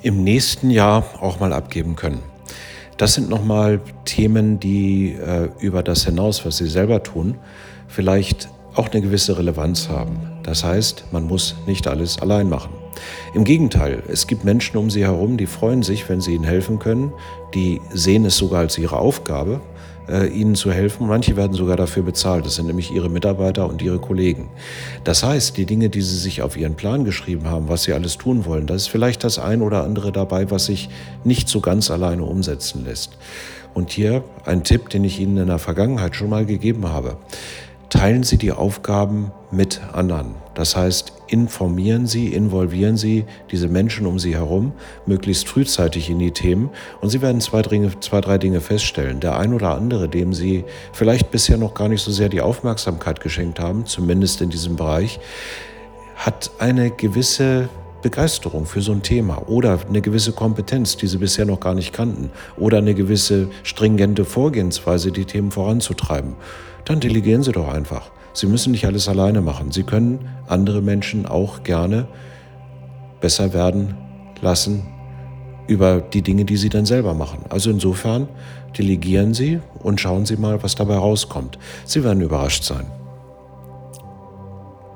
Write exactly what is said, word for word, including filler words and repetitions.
im nächsten Jahr auch mal abgeben können. Das sind nochmal Themen, die äh, über das hinaus, was Sie selber tun, vielleicht auch eine gewisse Relevanz haben. Das heißt, man muss nicht alles allein machen. Im Gegenteil, es gibt Menschen um Sie herum, die freuen sich, wenn Sie ihnen helfen können. Die sehen es sogar als ihre Aufgabe, äh, ihnen zu helfen. Manche werden sogar dafür bezahlt. Das sind nämlich ihre Mitarbeiter und ihre Kollegen. Das heißt, die Dinge, die Sie sich auf Ihren Plan geschrieben haben, was Sie alles tun wollen, da ist vielleicht das ein oder andere dabei, was sich nicht so ganz alleine umsetzen lässt. Und hier ein Tipp, den ich Ihnen in der Vergangenheit schon mal gegeben habe. Teilen Sie die Aufgaben mit anderen. Das heißt, informieren Sie, involvieren Sie diese Menschen um Sie herum, möglichst frühzeitig in die Themen. Und Sie werden zwei, Dinge, zwei, drei Dinge feststellen. Der ein oder andere, dem Sie vielleicht bisher noch gar nicht so sehr die Aufmerksamkeit geschenkt haben, zumindest in diesem Bereich, hat eine gewisse Begeisterung für so ein Thema oder eine gewisse Kompetenz, die Sie bisher noch gar nicht kannten, oder eine gewisse stringente Vorgehensweise, die Themen voranzutreiben. Dann delegieren Sie doch einfach. Sie müssen nicht alles alleine machen. Sie können andere Menschen auch gerne besser werden lassen über die Dinge, die Sie dann selber machen. Also insofern delegieren Sie und schauen Sie mal, was dabei rauskommt. Sie werden überrascht sein.